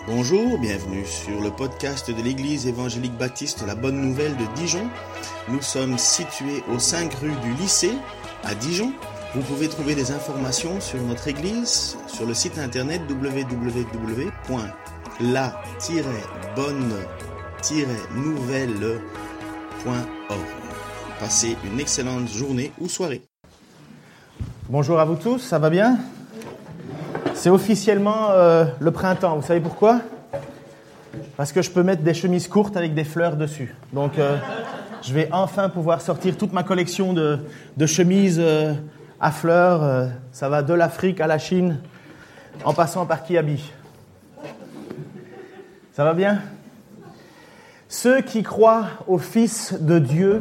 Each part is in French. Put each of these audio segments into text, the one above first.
Bonjour, bienvenue sur le podcast de l'Église évangélique baptiste La Bonne Nouvelle de Dijon. Nous sommes situés aux 5 rues du lycée à Dijon. Vous pouvez trouver des informations sur notre Église sur le site internet www.la-bonne-nouvelle.org. Passez une excellente journée ou soirée. Bonjour à vous tous, ça va bien ? C'est officiellement le printemps, vous savez pourquoi ? Parce que je peux mettre des chemises courtes avec des fleurs dessus. Donc je vais enfin pouvoir sortir toute ma collection de chemises à fleurs. Ça va de l'Afrique à la Chine, en passant par Kiabi. Ça va bien ? Ceux qui croient au Fils de Dieu,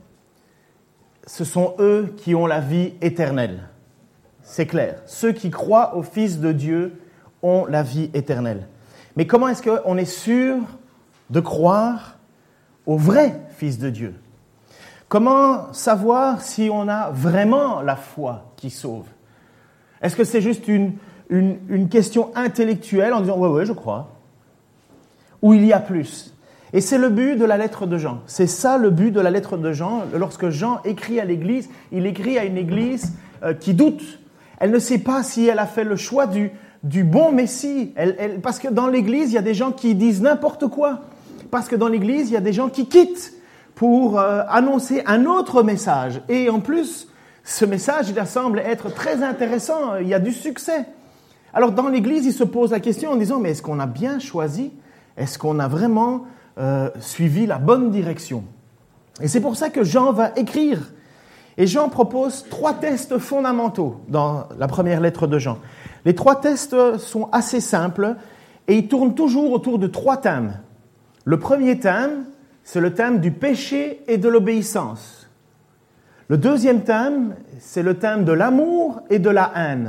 ce sont eux qui ont la vie éternelle. C'est clair. Ceux qui croient au Fils de Dieu ont la vie éternelle. Mais comment est-ce qu'on est sûr de croire au vrai Fils de Dieu ? Comment savoir si on a vraiment la foi qui sauve ? Est-ce que c'est juste une question intellectuelle en disant « ouais, je crois » ou il y a plus ? Et c'est le but de la lettre de Jean. C'est ça le but de la lettre de Jean. Lorsque Jean écrit à l'Église, il écrit à une Église qui doute. Elle ne sait pas si elle a fait le choix du bon Messie. Parce que dans l'Église, il y a des gens qui disent n'importe quoi. Parce que dans l'Église, il y a des gens qui quittent pour annoncer un autre message. Et en plus, ce message, il semble être très intéressant. Il y a du succès. Alors dans l'Église, il se pose la question en disant, mais est-ce qu'on a bien choisi ? Est-ce qu'on a vraiment suivi la bonne direction ? Et c'est pour ça que Jean va écrire. Et Jean propose 3 tests fondamentaux dans la première lettre de Jean. Les 3 tests sont assez simples et ils tournent toujours autour de 3 thèmes. Le premier thème, c'est le thème du péché et de l'obéissance. Le deuxième thème, c'est le thème de l'amour et de la haine.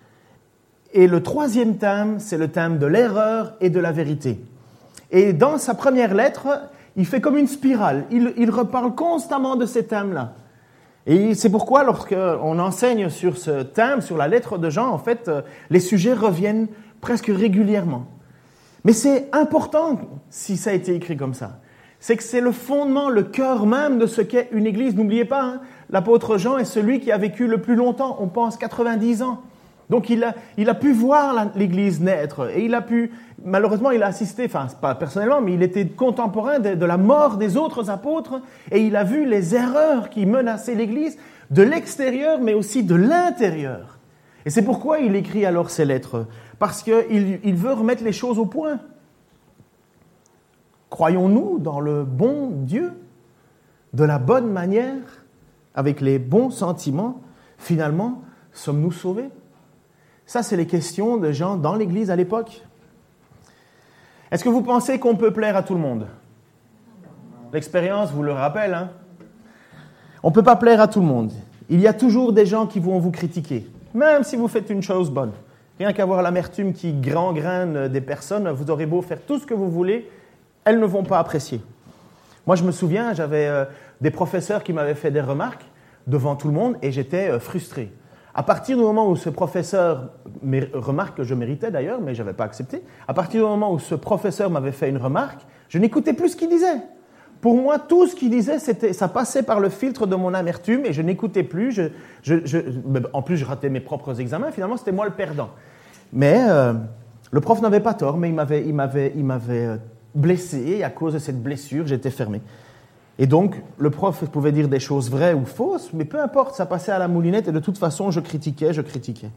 Et le troisième thème, c'est le thème de l'erreur et de la vérité. Et dans sa première lettre, il fait comme une spirale. Il reparle constamment de ces thèmes-là. Et c'est pourquoi, lorsqu'on enseigne sur ce thème, sur la lettre de Jean, en fait, les sujets reviennent presque régulièrement. Mais c'est important si ça a été écrit comme ça. C'est que c'est le fondement, le cœur même de ce qu'est une église. N'oubliez pas, l'apôtre Jean est celui qui a vécu le plus longtemps, on pense 90 ans. Donc il a pu voir l'église naître et malheureusement il a assisté, enfin pas personnellement, mais il était contemporain de la mort des autres apôtres et il a vu les erreurs qui menaçaient l'église de l'extérieur mais aussi de l'intérieur. Et c'est pourquoi il écrit alors ces lettres, parce qu'il veut remettre les choses au point. Croyons-nous dans le bon Dieu, de la bonne manière, avec les bons sentiments, finalement, sommes-nous sauvés ? Ça, c'est les questions de gens dans l'Église à l'époque. Est-ce que vous pensez qu'on peut plaire à tout le monde ? L'expérience vous le rappelle, hein ? On ne peut pas plaire à tout le monde. Il y a toujours des gens qui vont vous critiquer, même si vous faites une chose bonne. Rien qu'à voir l'amertume qui gangrène des personnes, vous aurez beau faire tout ce que vous voulez, elles ne vont pas apprécier. Moi, je me souviens, j'avais des professeurs qui m'avaient fait des remarques devant tout le monde et j'étais frustré. À partir du moment où ce professeur remarque que je méritais d'ailleurs, mais je n'avais pas accepté, à partir du moment où ce professeur m'avait fait une remarque, je n'écoutais plus ce qu'il disait. Pour moi, tout ce qu'il disait, ça passait par le filtre de mon amertume et je n'écoutais plus. En plus, je ratais mes propres examens. Finalement, c'était moi le perdant. Mais le prof n'avait pas tort, mais il m'avait blessé et à cause de cette blessure, j'étais fermé. Et donc, le prof pouvait dire des choses vraies ou fausses, mais peu importe, ça passait à la moulinette et de toute façon, je critiquais. Vous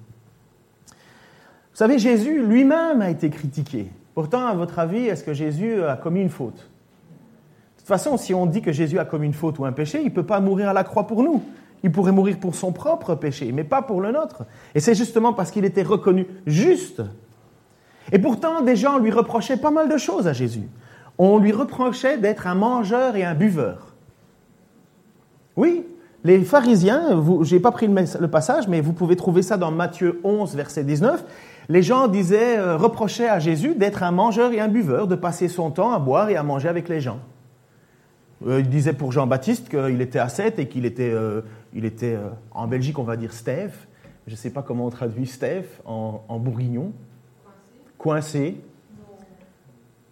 savez, Jésus lui-même a été critiqué. Pourtant, à votre avis, est-ce que Jésus a commis une faute ? De toute façon, si on dit que Jésus a commis une faute ou un péché, il ne peut pas mourir à la croix pour nous. Il pourrait mourir pour son propre péché, mais pas pour le nôtre. Et c'est justement parce qu'il était reconnu juste. Et pourtant, des gens lui reprochaient pas mal de choses à Jésus. On lui reprochait d'être un mangeur et un buveur. Oui, les pharisiens, je n'ai pas pris le passage, mais vous pouvez trouver ça dans Matthieu 11, verset 19. Les gens reprochaient à Jésus d'être un mangeur et un buveur, de passer son temps à boire et à manger avec les gens. Il disait pour Jean-Baptiste qu'il était ascète et qu'il était, en Belgique, on va dire Stève. Je ne sais pas comment on traduit Stève en bourguignon. Coincé.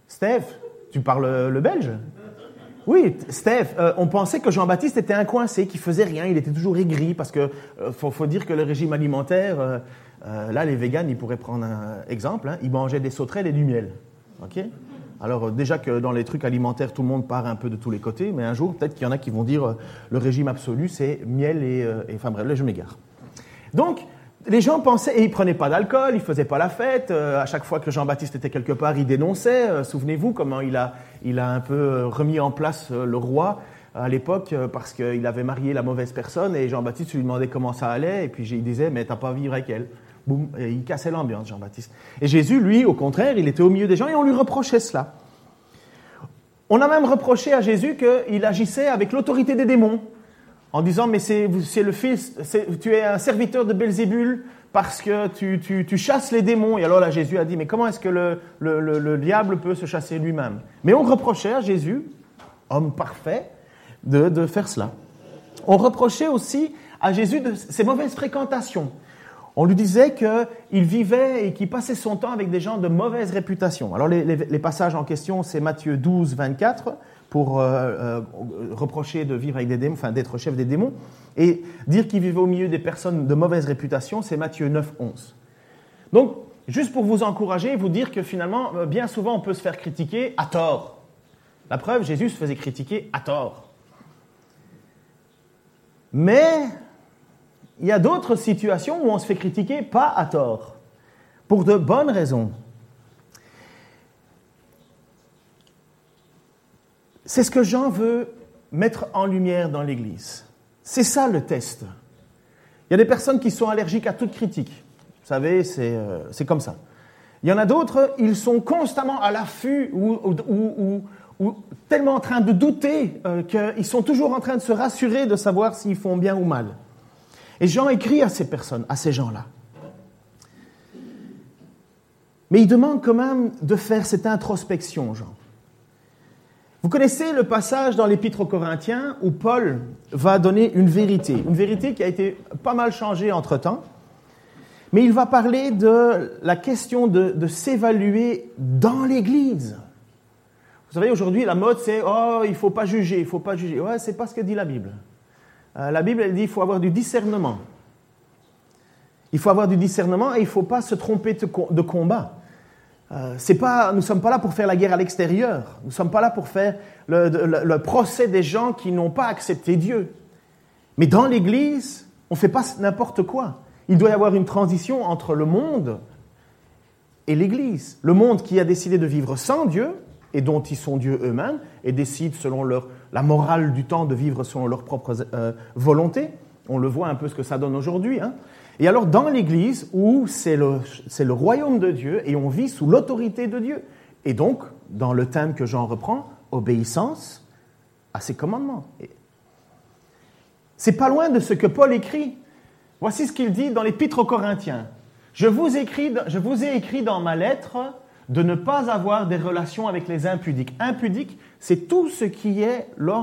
Steph, tu parles le belge? Oui, Steph, on pensait que Jean-Baptiste était un coincé, qu'il faisait rien, il était toujours aigri, parce que faut dire que le régime alimentaire, là, les véganes, ils pourraient prendre un exemple, ils mangeaient des sauterelles et du miel. Ok? Alors déjà que dans les trucs alimentaires, tout le monde part un peu de tous les côtés, mais un jour, peut-être qu'il y en a qui vont dire le régime absolu, c'est miel et enfin bref, là, je m'égare. Donc, les gens pensaient, et ils ne prenaient pas d'alcool, ils ne faisaient pas la fête. À chaque fois que Jean-Baptiste était quelque part, il dénonçait. Souvenez-vous comment il a un peu remis en place le roi à l'époque parce qu'il avait marié la mauvaise personne et Jean-Baptiste lui demandait comment ça allait. Et puis il disait, mais t'as pas à vivre avec elle. Boum, et il cassait l'ambiance, Jean-Baptiste. Et Jésus, lui, au contraire, il était au milieu des gens et on lui reprochait cela. On a même reproché à Jésus qu'il agissait avec l'autorité des démons. En disant, mais c'est le fils, tu es un serviteur de Belzébul parce que tu chasses les démons. Et alors là, Jésus a dit, mais comment est-ce que le diable peut se chasser lui-même? Mais on reprochait à Jésus, homme parfait, de faire cela. On reprochait aussi à Jésus de ses mauvaises fréquentations. On lui disait qu'il vivait et qu'il passait son temps avec des gens de mauvaise réputation. Alors les passages en question, c'est Matthieu 12, 24, pour reprocher de vivre avec des démons, enfin d'être chef des démons, et dire qu'il vivait au milieu des personnes de mauvaise réputation, c'est Matthieu 9, 11. Donc, juste pour vous encourager, vous dire que finalement, bien souvent, on peut se faire critiquer à tort. La preuve, Jésus se faisait critiquer à tort. Mais il y a d'autres situations où on se fait critiquer pas à tort, pour de bonnes raisons. C'est ce que Jean veut mettre en lumière dans l'Église. C'est ça le test. Il y a des personnes qui sont allergiques à toute critique. Vous savez, c'est comme ça. Il y en a d'autres, ils sont constamment à l'affût ou tellement en train de douter qu'ils sont toujours en train de se rassurer de savoir s'ils font bien ou mal. Et Jean écrit à ces personnes, à ces gens-là. Mais il demande quand même de faire cette introspection, Jean. Vous connaissez le passage dans l'Épître aux Corinthiens où Paul va donner une vérité qui a été pas mal changée entre-temps, mais il va parler de la question de s'évaluer dans l'Église. Vous savez, aujourd'hui, la mode, c'est « Oh, il ne faut pas juger, il ne faut pas juger ». Ouais, c'est pas ce que dit la Bible. La Bible, elle dit qu'il faut avoir du discernement. Il faut avoir du discernement et il ne faut pas se tromper de combat. Nous ne sommes pas là pour faire la guerre à l'extérieur. Nous ne sommes pas là pour faire le procès des gens qui n'ont pas accepté Dieu. Mais dans l'Église, on ne fait pas n'importe quoi. Il doit y avoir une transition entre le monde et l'Église. Le monde qui a décidé de vivre sans Dieu et dont ils sont Dieu eux-mêmes et décident selon la morale du temps de vivre selon leur propre volonté. On le voit un peu ce que ça donne aujourd'hui, Et alors, dans l'Église, où c'est le royaume de Dieu et on vit sous l'autorité de Dieu. Et donc, dans le thème que Jean reprend, obéissance à ses commandements. C'est pas loin de ce que Paul écrit. Voici ce qu'il dit dans l'Épître aux Corinthiens. Je vous ai écrit dans ma lettre de ne pas avoir des relations avec les impudiques. Impudique, c'est tout ce qui est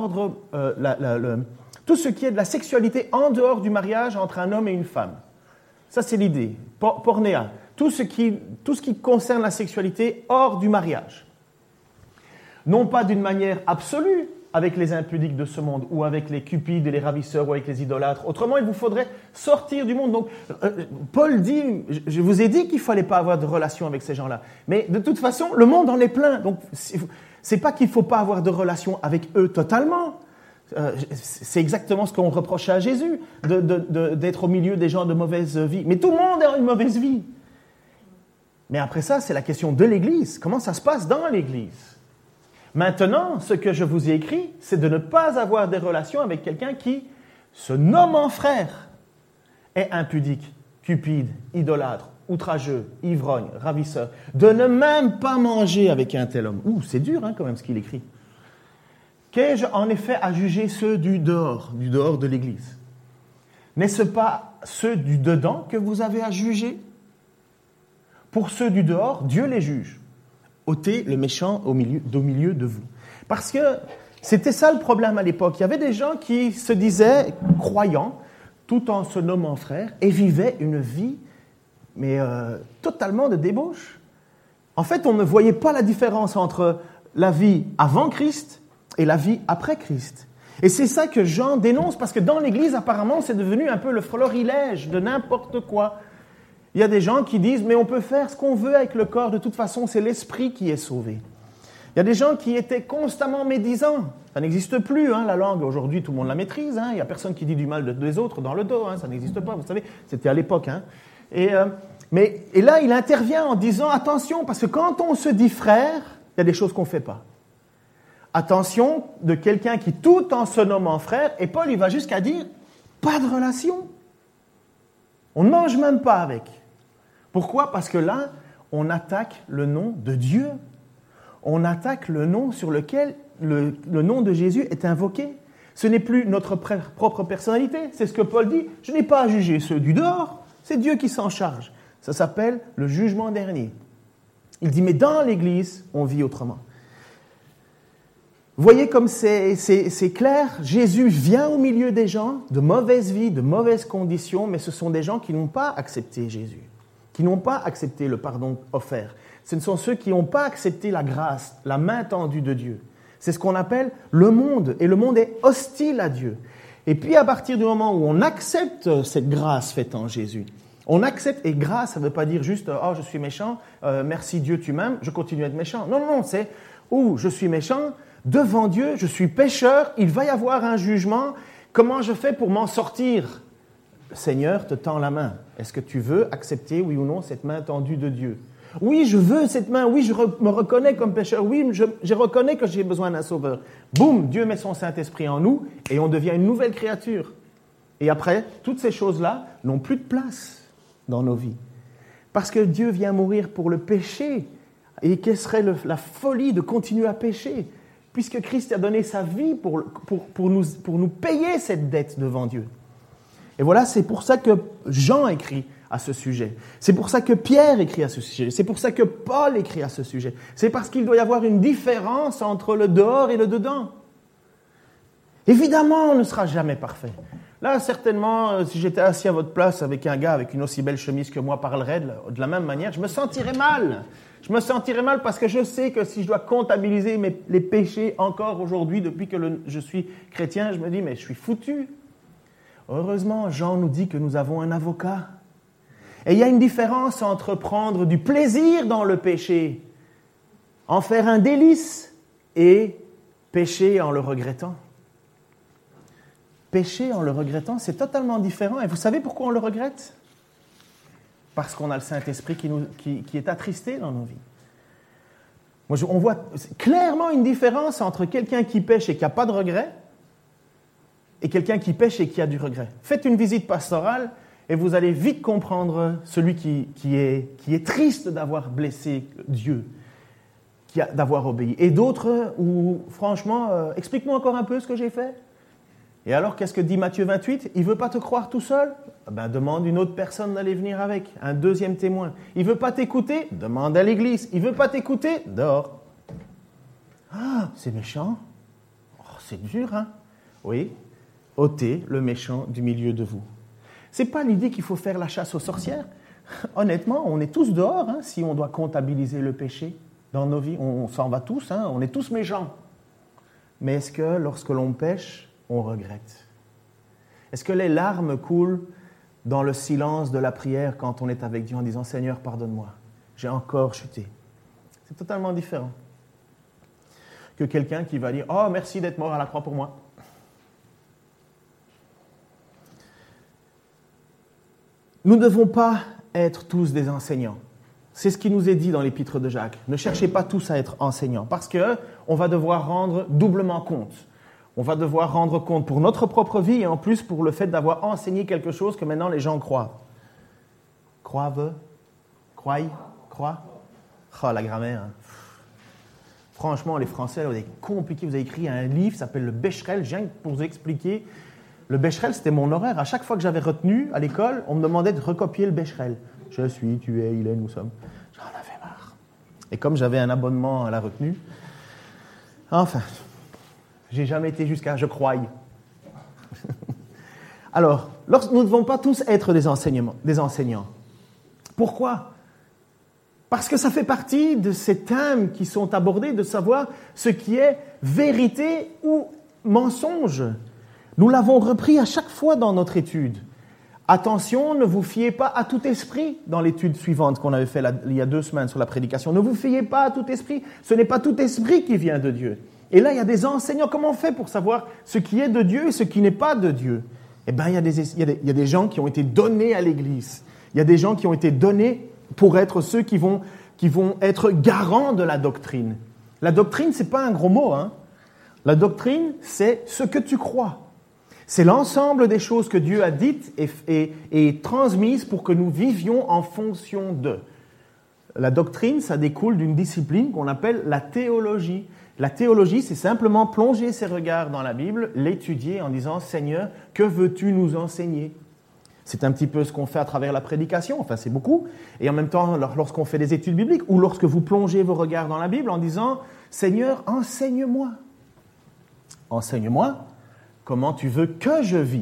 tout ce qui est de la sexualité en dehors du mariage entre un homme et une femme. Ça, c'est l'idée. Pornéa. Tout ce qui concerne la sexualité hors du mariage. Non pas d'une manière absolue avec les impudiques de ce monde, ou avec les cupides et les ravisseurs, ou avec les idolâtres. Autrement, il vous faudrait sortir du monde. Donc, Paul dit, je vous ai dit qu'il ne fallait pas avoir de relation avec ces gens-là. Mais de toute façon, le monde en est plein. Donc, c'est pas qu'il ne faut pas avoir de relation avec eux totalement. C'est exactement ce qu'on reprochait à Jésus, d'être au milieu des gens de mauvaise vie. Mais tout le monde a une mauvaise vie. Mais après ça, c'est la question de l'Église. Comment ça se passe dans l'Église? Maintenant, ce que je vous ai écrit, c'est de ne pas avoir des relations avec quelqu'un qui, se nommant frère, est impudique, cupide, idolâtre, outrageux, ivrogne, ravisseur. De ne même pas manger avec un tel homme. Ouh, c'est dur quand même ce qu'il écrit. Qu'ai-je en effet à juger ceux du dehors de l'Église? N'est-ce pas ceux du dedans que vous avez à juger? Pour ceux du dehors, Dieu les juge. Ôtez le méchant au milieu de vous. Parce que c'était ça le problème à l'époque. Il y avait des gens qui se disaient croyants, tout en se nommant frères, et vivaient une vie, mais totalement de débauche. En fait, on ne voyait pas la différence entre la vie avant Christ et la vie après Christ. Et c'est ça que Jean dénonce, parce que dans l'Église, apparemment, c'est devenu un peu le florilège de n'importe quoi. Il y a des gens qui disent, mais on peut faire ce qu'on veut avec le corps, de toute façon, c'est l'esprit qui est sauvé. Il y a des gens qui étaient constamment médisants. Ça n'existe plus, hein, la langue. Aujourd'hui, tout le monde la maîtrise. Hein. Il n'y a personne qui dit du mal des autres dans le dos. Hein. Ça n'existe pas, vous savez. C'était à l'époque. Hein. Et là, il intervient en disant, attention, parce que quand on se dit frère, il y a des choses qu'on ne fait pas. Attention de quelqu'un qui, tout en se nommant frère, et Paul, il va jusqu'à dire, pas de relation. On ne mange même pas avec. Pourquoi ? Parce que là, on attaque le nom de Dieu. On attaque le nom sur lequel le nom de Jésus est invoqué. Ce n'est plus notre propre personnalité. C'est ce que Paul dit. Je n'ai pas à juger ceux du dehors. C'est Dieu qui s'en charge. Ça s'appelle le jugement dernier. Il dit, mais dans l'Église, on vit autrement. Vous voyez comme c'est clair, Jésus vient au milieu des gens de mauvaise vie, de mauvaises conditions, mais ce sont des gens qui n'ont pas accepté Jésus, qui n'ont pas accepté le pardon offert. Ce sont ceux qui n'ont pas accepté la grâce, la main tendue de Dieu. C'est ce qu'on appelle le monde, et le monde est hostile à Dieu. Et puis à partir du moment où on accepte cette grâce faite en Jésus, on accepte, et grâce, ça ne veut pas dire juste « Oh, je suis méchant, merci Dieu, tu m'aimes, je continue à être méchant ». Non, c'est « Oh, je suis méchant ». Devant Dieu, je suis pécheur, il va y avoir un jugement. Comment je fais pour m'en sortir ? Le Seigneur te tend la main. Est-ce que tu veux accepter, oui ou non, cette main tendue de Dieu ? Oui, je veux cette main. Oui, je me reconnais comme pécheur. Oui, je reconnais que j'ai besoin d'un sauveur. Boum, Dieu met son Saint-Esprit en nous et on devient une nouvelle créature. Et après, toutes ces choses-là n'ont plus de place dans nos vies. Parce que Dieu vient mourir pour le péché. Et quelle serait la folie de continuer à pécher ? Puisque Christ a donné sa vie pour nous payer cette dette devant Dieu. Et voilà, c'est pour ça que Jean écrit à ce sujet. C'est pour ça que Pierre écrit à ce sujet. C'est pour ça que Paul écrit à ce sujet. C'est parce qu'il doit y avoir une différence entre le dehors et le dedans. Évidemment, on ne sera jamais parfait. Là, certainement, si j'étais assis à votre place avec un gars avec une aussi belle chemise que moi parlerait de la même manière, je me sentirais mal. Je me sentirais mal parce que je sais que si je dois comptabiliser les péchés encore aujourd'hui, depuis que je suis chrétien, je me dis, mais je suis foutu. Heureusement, Jean nous dit que nous avons un avocat. Et il y a une différence entre prendre du plaisir dans le péché, en faire un délice, et pécher en le regrettant. Pécher en le regrettant, c'est totalement différent. Et vous savez pourquoi on le regrette ? Parce qu'on a le Saint-Esprit qui est attristé dans nos vies. On voit clairement une différence entre quelqu'un qui pêche et qui n'a pas de regret et quelqu'un qui pêche et qui a du regret. Faites une visite pastorale et vous allez vite comprendre celui qui est triste d'avoir blessé Dieu, d'avoir obéi. Et d'autres où, franchement, explique-moi encore un peu ce que j'ai fait. Et alors, qu'est-ce que dit Matthieu 28 ? Il ne veut pas te croire tout seul ? Demande une autre personne d'aller venir avec, un deuxième témoin. Il ne veut pas t'écouter ? Demande à l'église. Il ne veut pas t'écouter ? Dehors. Ah, c'est méchant. Oh, c'est dur, hein ? Oui, ôtez le méchant du milieu de vous. Ce n'est pas l'idée qu'il faut faire la chasse aux sorcières. Honnêtement, on est tous dehors, hein, si on doit comptabiliser le péché dans nos vies. On s'en va tous, hein, on est tous méchants. Mais est-ce que lorsque l'on pêche, on regrette? Est-ce que les larmes coulent dans le silence de la prière quand on est avec Dieu en disant « Seigneur, pardonne-moi, j'ai encore chuté ». C'est totalement différent que quelqu'un qui va dire « Oh, merci d'être mort à la croix pour moi ». Nous ne devons pas être tous des enseignants. C'est ce qui nous est dit dans l'épître de Jacques. Ne cherchez pas tous à être enseignants parce qu'on va devoir rendre doublement compte. On va devoir rendre compte pour notre propre vie et en plus pour le fait d'avoir enseigné quelque chose que maintenant les gens croient. Croient. Oh, la grammaire. Hein. Franchement, les Français, vous avez compliqué. Vous avez écrit un livre qui s'appelle le Becherel. Je viens pour vous expliquer. Le Becherel, c'était mon horaire. À chaque fois que j'avais retenu à l'école, on me demandait de recopier le Becherel. Je suis, tu es, il est, nous sommes. J'en avais marre. Et comme j'avais un abonnement à la retenue, enfin... J'ai jamais été jusqu'à « je crois ». Alors, nous ne devons pas tous être des enseignants. Pourquoi ? Parce que ça fait partie de ces thèmes qui sont abordés, de savoir ce qui est vérité ou mensonge. Nous l'avons repris à chaque fois dans notre étude. Attention, ne vous fiez pas à tout esprit dans l'étude suivante qu'on avait fait il y a 2 semaines sur la prédication. Ne vous fiez pas à tout esprit. Ce n'est pas tout esprit qui vient de Dieu. Et là, il y a des enseignants. Comment on fait pour savoir ce qui est de Dieu et ce qui n'est pas de Dieu? Eh bien, il y a des gens qui ont été donnés à l'Église. Il y a des gens qui ont été donnés pour être ceux qui vont être garants de la doctrine. La doctrine, ce n'est pas un gros mot, hein. La doctrine, c'est ce que tu crois. C'est l'ensemble des choses que Dieu a dites et transmises pour que nous vivions en fonction d'eux. La doctrine, ça découle d'une discipline qu'on appelle la théologie. La théologie, c'est simplement plonger ses regards dans la Bible, l'étudier en disant « Seigneur, que veux-tu nous enseigner ?» C'est un petit peu ce qu'on fait à travers la prédication, enfin c'est beaucoup. Et en même temps, lorsqu'on fait des études bibliques ou lorsque vous plongez vos regards dans la Bible en disant « Seigneur, enseigne-moi. Enseigne-moi comment tu veux que je vive. »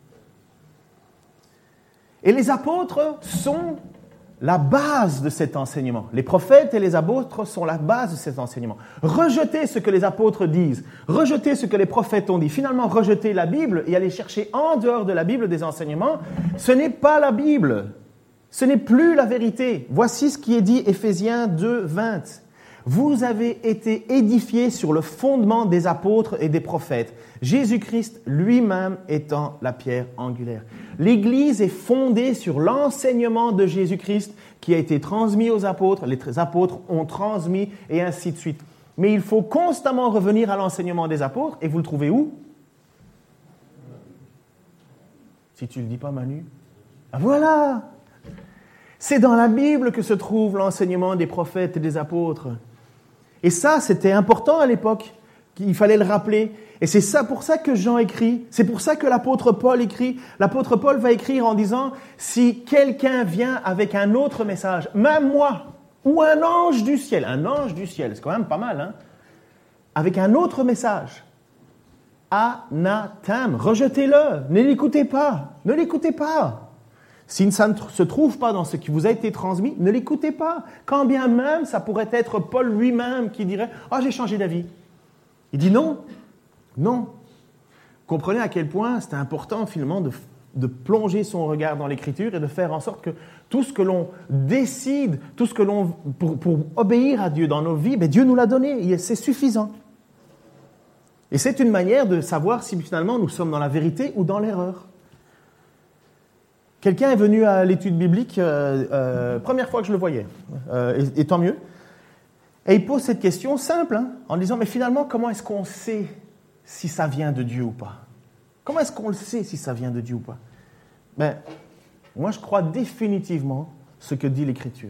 Et les apôtres sont la base de cet enseignement. Les prophètes et les apôtres sont la base de cet enseignement. Rejeter ce que les apôtres disent, rejeter ce que les prophètes ont dit, finalement rejeter la Bible et aller chercher en dehors de la Bible des enseignements, ce n'est pas la Bible. Ce n'est plus la vérité. Voici ce qui est dit, Éphésiens 2, 20. Vous avez été édifiés sur le fondement des apôtres et des prophètes, Jésus-Christ lui-même étant la pierre angulaire. L'Église est fondée sur l'enseignement de Jésus-Christ qui a été transmis aux apôtres, les apôtres ont transmis et ainsi de suite. Mais il faut constamment revenir à l'enseignement des apôtres et vous le trouvez où? Si tu ne le dis pas, Manu. Ah, voilà! C'est dans la Bible que se trouve l'enseignement des prophètes et des apôtres. Et ça, c'était important à l'époque, il fallait le rappeler. Et c'est ça pour ça que Jean écrit, c'est pour ça que l'apôtre Paul écrit. L'apôtre Paul va écrire en disant, si quelqu'un vient avec un autre message, même moi, ou un ange du ciel, c'est quand même pas mal, hein, avec un autre message, anathème, rejetez-le, ne l'écoutez pas. Si ça ne se trouve pas dans ce qui vous a été transmis, ne l'écoutez pas. Quand bien même, ça pourrait être Paul lui-même qui dirait « Ah, j'ai changé d'avis ». Il dit non. Comprenez à quel point c'est important finalement de plonger son regard dans l'Écriture et de faire en sorte que tout ce que l'on décide, tout ce que l'on pour obéir à Dieu dans nos vies, Dieu nous l'a donné, c'est suffisant. Et c'est une manière de savoir si finalement nous sommes dans la vérité ou dans l'erreur. Quelqu'un est venu à l'étude biblique, première fois que je le voyais, et tant mieux. Et il pose cette question simple, en disant, mais finalement, comment est-ce qu'on sait si ça vient de Dieu ou pas? Comment est-ce qu'on le sait si ça vient de Dieu ou pas? Moi, je crois définitivement ce que dit l'Écriture.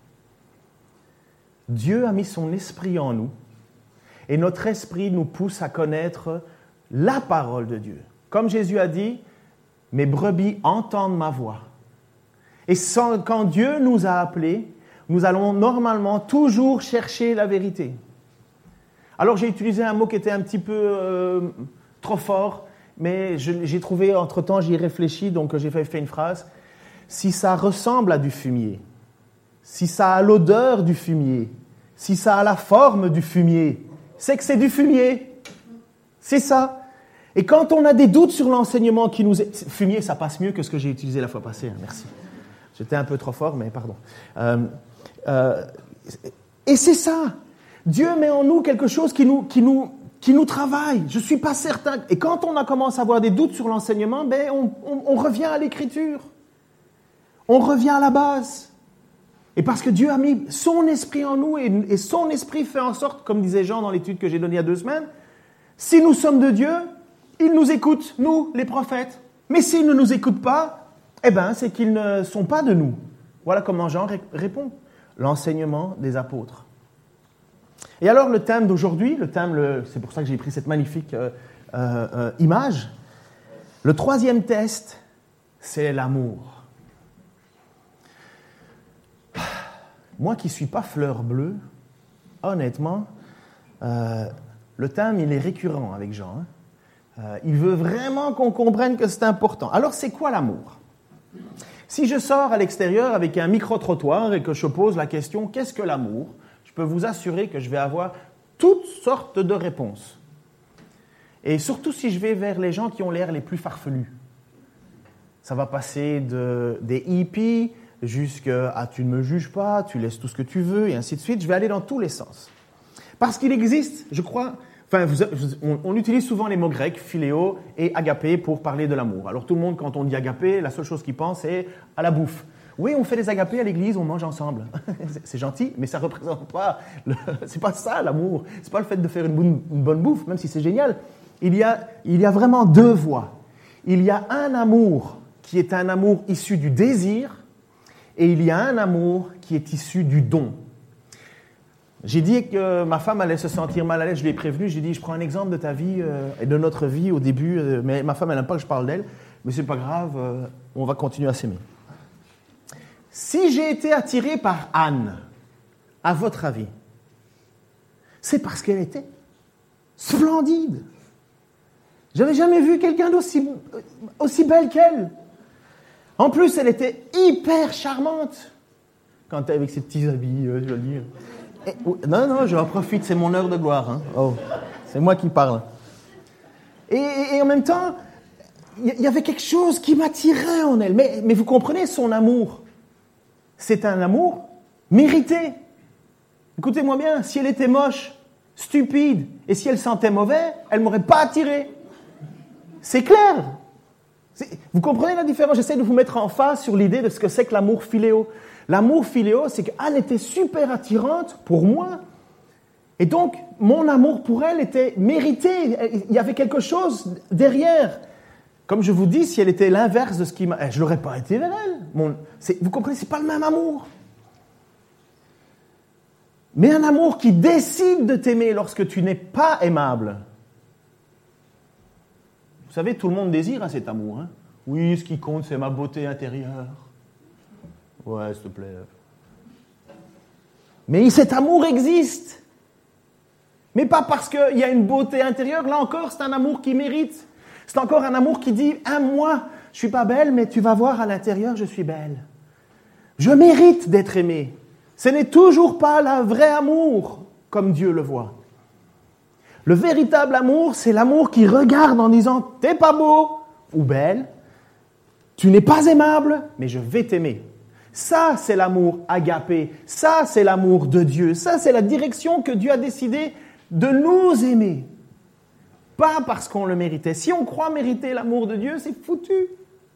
Dieu a mis son esprit en nous, et notre esprit nous pousse à connaître la parole de Dieu. Comme Jésus a dit, mes brebis entendent ma voix. Et quand Dieu nous a appelés, nous allons normalement toujours chercher la vérité. Alors j'ai utilisé un mot qui était un petit peu trop fort, mais j'ai trouvé, entre-temps, j'y ai réfléchi, donc j'ai fait une phrase. Si ça ressemble à du fumier, si ça a l'odeur du fumier, si ça a la forme du fumier, c'est que c'est du fumier. C'est ça. Et quand on a des doutes sur l'enseignement qui nous est... Fumier, ça passe mieux que ce que j'ai utilisé la fois passée, merci. J'étais un peu trop fort, mais pardon. Et c'est ça. Dieu met en nous quelque chose qui nous travaille. Je ne suis pas certain. Et quand on a commencé à avoir des doutes sur l'enseignement, on revient à l'Écriture. On revient à la base. Et parce que Dieu a mis son esprit en nous, et son esprit fait en sorte, comme disait Jean dans l'étude que j'ai donnée il y a 2 semaines, si nous sommes de Dieu, il nous écoute, nous, les prophètes. Mais s'ils ne nous écoutent pas, c'est qu'ils ne sont pas de nous. Voilà comment Jean répond. L'enseignement des apôtres. Et alors le thème d'aujourd'hui, c'est pour ça que j'ai pris cette magnifique image. Le 3e test, c'est l'amour. Moi qui ne suis pas fleur bleue, honnêtement, le thème il est récurrent avec Jean. Il veut vraiment qu'on comprenne que c'est important. Alors c'est quoi l'amour? Si je sors à l'extérieur avec un micro-trottoir et que je pose la question « Qu'est-ce que l'amour ?», je peux vous assurer que je vais avoir toutes sortes de réponses. Et surtout si je vais vers les gens qui ont l'air les plus farfelus. Ça va passer des hippies jusqu'à « tu ne me juges pas, tu laisses tout ce que tu veux » et ainsi de suite. Je vais aller dans tous les sens. Parce qu'il existe, je crois... on utilise souvent les mots grecs, philéo et agapé, pour parler de l'amour. Alors tout le monde, quand on dit agapé, la seule chose qu'il pense, c'est à la bouffe. Oui, on fait des agapés à l'église, on mange ensemble. C'est gentil, mais ça ne représente pas... C'est pas ça, l'amour. C'est pas le fait de faire une bonne bouffe, même si c'est génial. Il y a vraiment deux voies. Il y a un amour qui est un amour issu du désir, et il y a un amour qui est issu du don. J'ai dit que ma femme allait se sentir mal à l'aise, je l'ai prévenue, j'ai dit, je prends un exemple de ta vie et de notre vie au début, mais ma femme, elle n'aime pas que je parle d'elle, mais c'est pas grave, on va continuer à s'aimer. Si j'ai été attiré par Anne, à votre avis, c'est parce qu'elle était splendide. J'avais jamais vu quelqu'un aussi belle qu'elle. En plus, elle était hyper charmante. Quand elle avec ses petits habits, jolis. Non, je en profite, c'est mon heure de gloire. Hein. Oh, c'est moi qui parle. Et en même temps, il y avait quelque chose qui m'attirait en elle. Mais vous comprenez, son amour, c'est un amour mérité. Écoutez-moi bien, si elle était moche, stupide, et si elle sentait mauvais, elle ne m'aurait pas attiré. C'est clair. Vous comprenez la différence? J'essaie de vous mettre en face sur l'idée de ce que c'est que l'amour philéo. L'amour philéo, c'est qu'elle était super attirante pour moi. Et donc, mon amour pour elle était mérité. Il y avait quelque chose derrière. Comme je vous dis, si elle était l'inverse de ce qui m'a... Je n'aurais pas été vers elle. Vous comprenez, ce n'est pas le même amour. Mais un amour qui décide de t'aimer lorsque tu n'es pas aimable. Vous savez, tout le monde désire cet amour. Hein? Oui, ce qui compte, c'est ma beauté intérieure. Ouais, s'il te plaît. Mais cet amour existe. Mais pas parce qu'il y a une beauté intérieure. Là encore, c'est un amour qui mérite. C'est encore un amour qui dit « moi, je ne suis pas belle, mais tu vas voir à l'intérieur, je suis belle. Je mérite d'être aimée. » Ce n'est toujours pas le vrai amour, comme Dieu le voit. Le véritable amour, c'est l'amour qui regarde en disant « T'es pas beau ou belle, tu n'es pas aimable, mais je vais t'aimer. » Ça, c'est l'amour agapé. Ça, c'est l'amour de Dieu. Ça, c'est la direction que Dieu a décidé de nous aimer. Pas parce qu'on le méritait. Si on croit mériter l'amour de Dieu, c'est foutu.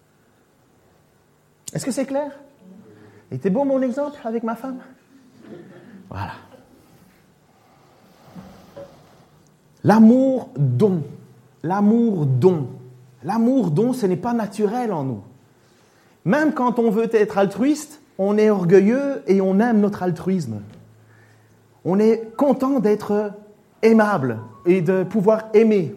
Est-ce que c'est clair? Était beau mon exemple avec ma femme? Voilà. L'amour don. L'amour don. L'amour don, ce n'est pas naturel en nous. Même quand on veut être altruiste, on est orgueilleux et on aime notre altruisme. On est content d'être aimable et de pouvoir aimer.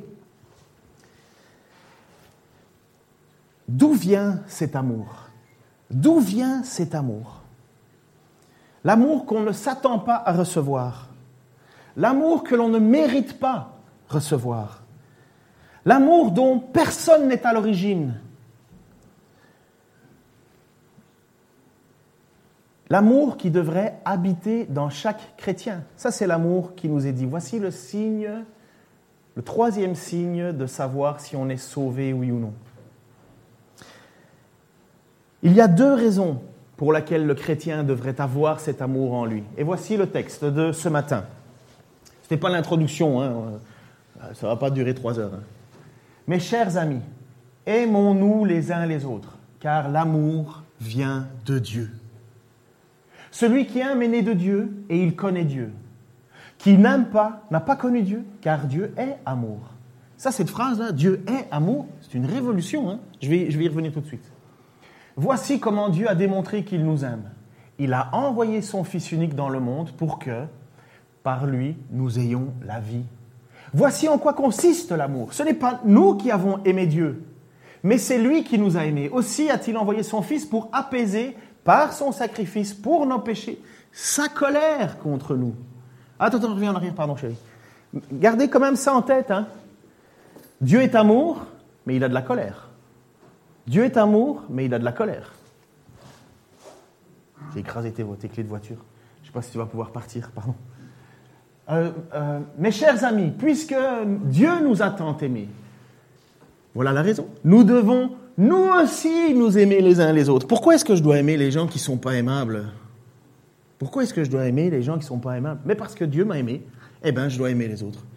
D'où vient cet amour? D'où vient cet amour? L'amour qu'on ne s'attend pas à recevoir. L'amour que l'on ne mérite pas recevoir. L'amour dont personne n'est à l'origine. L'amour qui devrait habiter dans chaque chrétien. Ça, c'est l'amour qui nous est dit. Voici le signe, le troisième signe de savoir si on est sauvé, oui ou non. Il y a deux raisons pour lesquelles le chrétien devrait avoir cet amour en lui. Et voici le texte de ce matin. Ce n'est pas l'introduction, hein. Ça ne va pas durer 3 heures. Hein. Mes chers amis, aimons-nous les uns les autres, car l'amour vient de Dieu. Celui qui aime est né de Dieu et il connaît Dieu. Qui n'aime pas n'a pas connu Dieu, car Dieu est amour. Ça, cette phrase-là, Dieu est amour, c'est une révolution. Hein. Je vais y revenir tout de suite. Voici comment Dieu a démontré qu'il nous aime. Il a envoyé son Fils unique dans le monde pour que, par lui, nous ayons la vie. Voici en quoi consiste l'amour. Ce n'est pas nous qui avons aimé Dieu, mais c'est lui qui nous a aimés. Aussi a-t-il envoyé son Fils pour apaiser, par son sacrifice pour nos péchés, sa colère contre nous. Attends, reviens en arrière, pardon chérie. Gardez quand même ça en tête. Hein. Dieu est amour, mais il a de la colère. Dieu est amour, mais il a de la colère. J'ai écrasé tes clés de voiture. Je ne sais pas si tu vas pouvoir partir, pardon. Mes chers amis, puisque Dieu nous a tant aimés, voilà la raison. Nous devons, nous aussi, nous aimer les uns les autres. Pourquoi est-ce que je dois aimer les gens qui ne sont pas aimables? Pourquoi est-ce que je dois aimer les gens qui ne sont pas aimables? Mais parce que Dieu m'a aimé, je dois aimer les autres.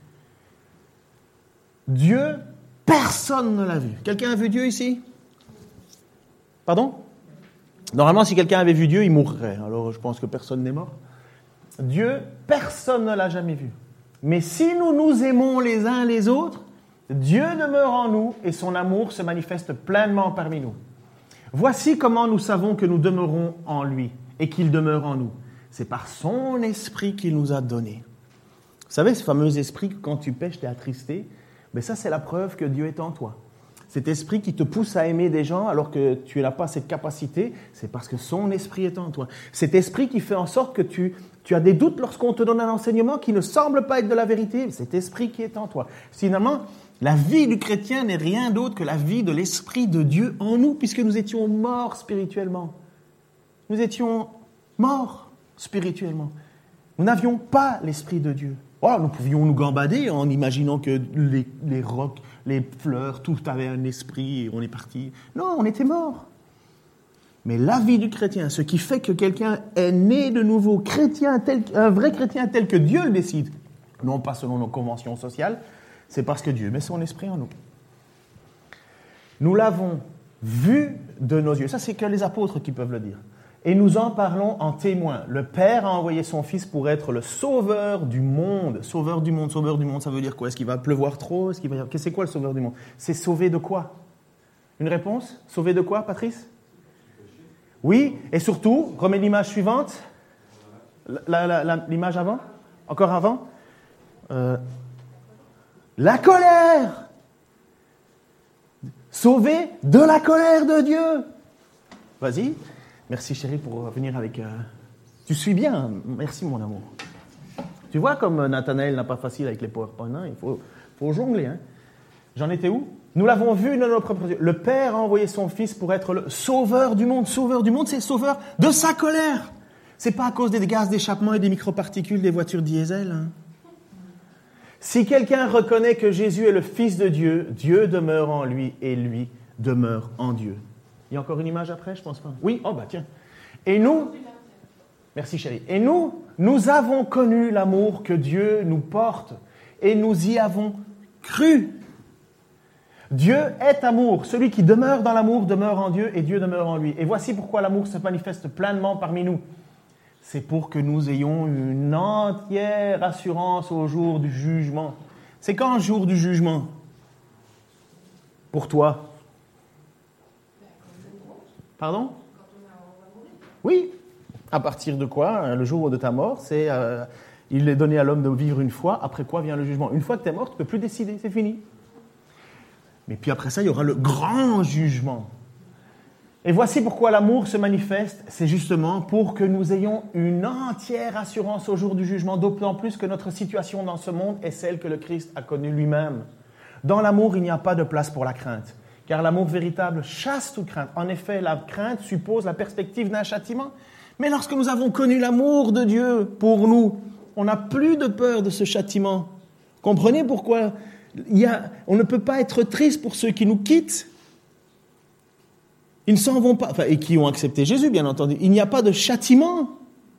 Dieu, personne ne l'a vu. Quelqu'un a vu Dieu ici? Pardon? Normalement, si quelqu'un avait vu Dieu, il mourrait. Alors, je pense que personne n'est mort. Dieu, personne ne l'a jamais vu. Mais si nous nous aimons les uns les autres, Dieu demeure en nous et son amour se manifeste pleinement parmi nous. Voici comment nous savons que nous demeurons en lui et qu'il demeure en nous. C'est par son esprit qu'il nous a donné. Vous savez, ce fameux esprit que quand tu pêches, tu es attristé, mais ça, c'est la preuve que Dieu est en toi. Cet esprit qui te pousse à aimer des gens alors que tu n'as pas cette capacité, c'est parce que son esprit est en toi. Cet esprit qui fait en sorte que tu as des doutes lorsqu'on te donne un enseignement qui ne semble pas être de la vérité, cet esprit qui est en toi. Finalement, la vie du chrétien n'est rien d'autre que la vie de l'esprit de Dieu en nous, puisque nous étions morts spirituellement. Nous étions morts spirituellement. Nous n'avions pas l'esprit de Dieu. Oh, nous pouvions nous gambader en imaginant que les rocs, les fleurs, tout avait un esprit et on est parti. Non, on était morts. Mais la vie du chrétien, ce qui fait que quelqu'un est né de nouveau, chrétien, un vrai chrétien tel que Dieu le décide, non pas selon nos conventions sociales, c'est parce que Dieu met son esprit en nous. Nous l'avons vu de nos yeux. Ça, c'est que les apôtres qui peuvent le dire. Et nous en parlons en témoin. Le Père a envoyé son Fils pour être le sauveur du monde. Sauveur du monde, ça veut dire quoi? Est-ce qu'il va pleuvoir trop? C'est quoi le sauveur du monde? C'est sauver de quoi? Une réponse? Sauver de quoi, Patrice? Oui, et surtout, remets l'image suivante. L'image avant? Encore avant? La colère! Sauver de la colère de Dieu! Vas-y. Merci chérie pour venir avec... Tu suis bien, merci mon amour. Tu vois comme Nathanaël n'a pas facile avec les PowerPoint, hein? Il faut jongler. Hein? J'en étais où? Nous l'avons vu de nos propres yeux. Le Père a envoyé son Fils pour être le sauveur du monde. Sauveur du monde, c'est sauveur de sa colère. C'est pas à cause des gaz d'échappement et des microparticules des voitures diesel. Hein? Si quelqu'un reconnaît que Jésus est le Fils de Dieu, Dieu demeure en lui et lui demeure en Dieu. Il y a encore une image après, je pense pas. Oui, tiens. Et nous, merci chérie, et nous avons connu l'amour que Dieu nous porte et nous y avons cru. Dieu est amour. Celui qui demeure dans l'amour demeure en Dieu et Dieu demeure en lui. Et voici pourquoi l'amour se manifeste pleinement parmi nous. C'est pour que nous ayons une entière assurance au jour du jugement. C'est quand le jour du jugement? Pour toi? Pardon? Oui. À partir de quoi? Le jour de ta mort, il est donné à l'homme de vivre une fois, après quoi vient le jugement. Une fois que tu es mort, tu ne peux plus décider, c'est fini. Mais puis après ça, il y aura le grand jugement. Et voici pourquoi l'amour se manifeste, c'est justement pour que nous ayons une entière assurance au jour du jugement, d'autant plus que notre situation dans ce monde est celle que le Christ a connue lui-même. Dans l'amour, il n'y a pas de place pour la crainte. Car l'amour véritable chasse toute crainte. En effet, la crainte suppose la perspective d'un châtiment. Mais lorsque nous avons connu l'amour de Dieu pour nous, on n'a plus de peur de ce châtiment. Comprenez pourquoi on ne peut pas être triste pour ceux qui nous quittent. Ils ne s'en vont pas, et qui ont accepté Jésus, bien entendu. Il n'y a pas de châtiment.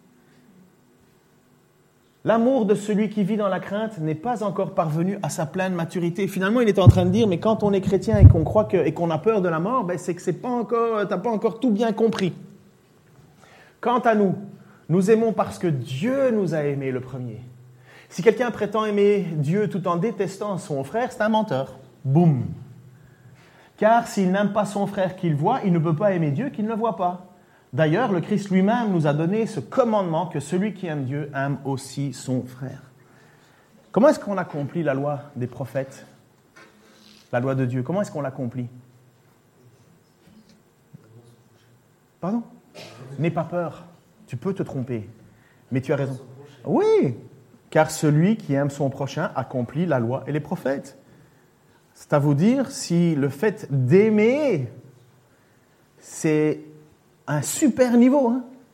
L'amour de celui qui vit dans la crainte n'est pas encore parvenu à sa pleine maturité. Finalement, il est en train de dire, mais quand on est chrétien et qu'on croit et qu'on a peur de la mort, c'est que t'as pas encore tout bien compris. Quant à nous, nous aimons parce que Dieu nous a aimés le premier. Si quelqu'un prétend aimer Dieu tout en détestant son frère, c'est un menteur. Boum. Car s'il n'aime pas son frère qu'il voit, il ne peut pas aimer Dieu qu'il ne voit pas. D'ailleurs, le Christ lui-même nous a donné ce commandement que celui qui aime Dieu aime aussi son frère. Comment est-ce qu'on accomplit la loi des prophètes? La loi de Dieu, comment est-ce qu'on l'accomplit? Pardon? N'aie pas peur, tu peux te tromper, mais tu as raison. Oui, car celui qui aime son prochain accomplit la loi et les prophètes. C'est à vous dire si le fait d'aimer, c'est un super niveau. Hein?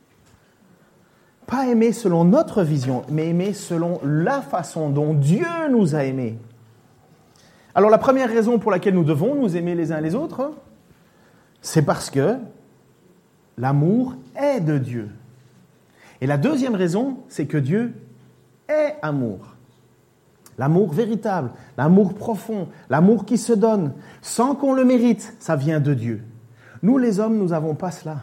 Pas aimer selon notre vision, mais aimer selon la façon dont Dieu nous a aimés. Alors la première raison pour laquelle nous devons nous aimer les uns les autres, c'est parce que l'amour est de Dieu. Et la deuxième raison, c'est que Dieu est amour. L'amour véritable, l'amour profond, l'amour qui se donne, sans qu'on le mérite, ça vient de Dieu. Nous les hommes, nous n'avons pas cela.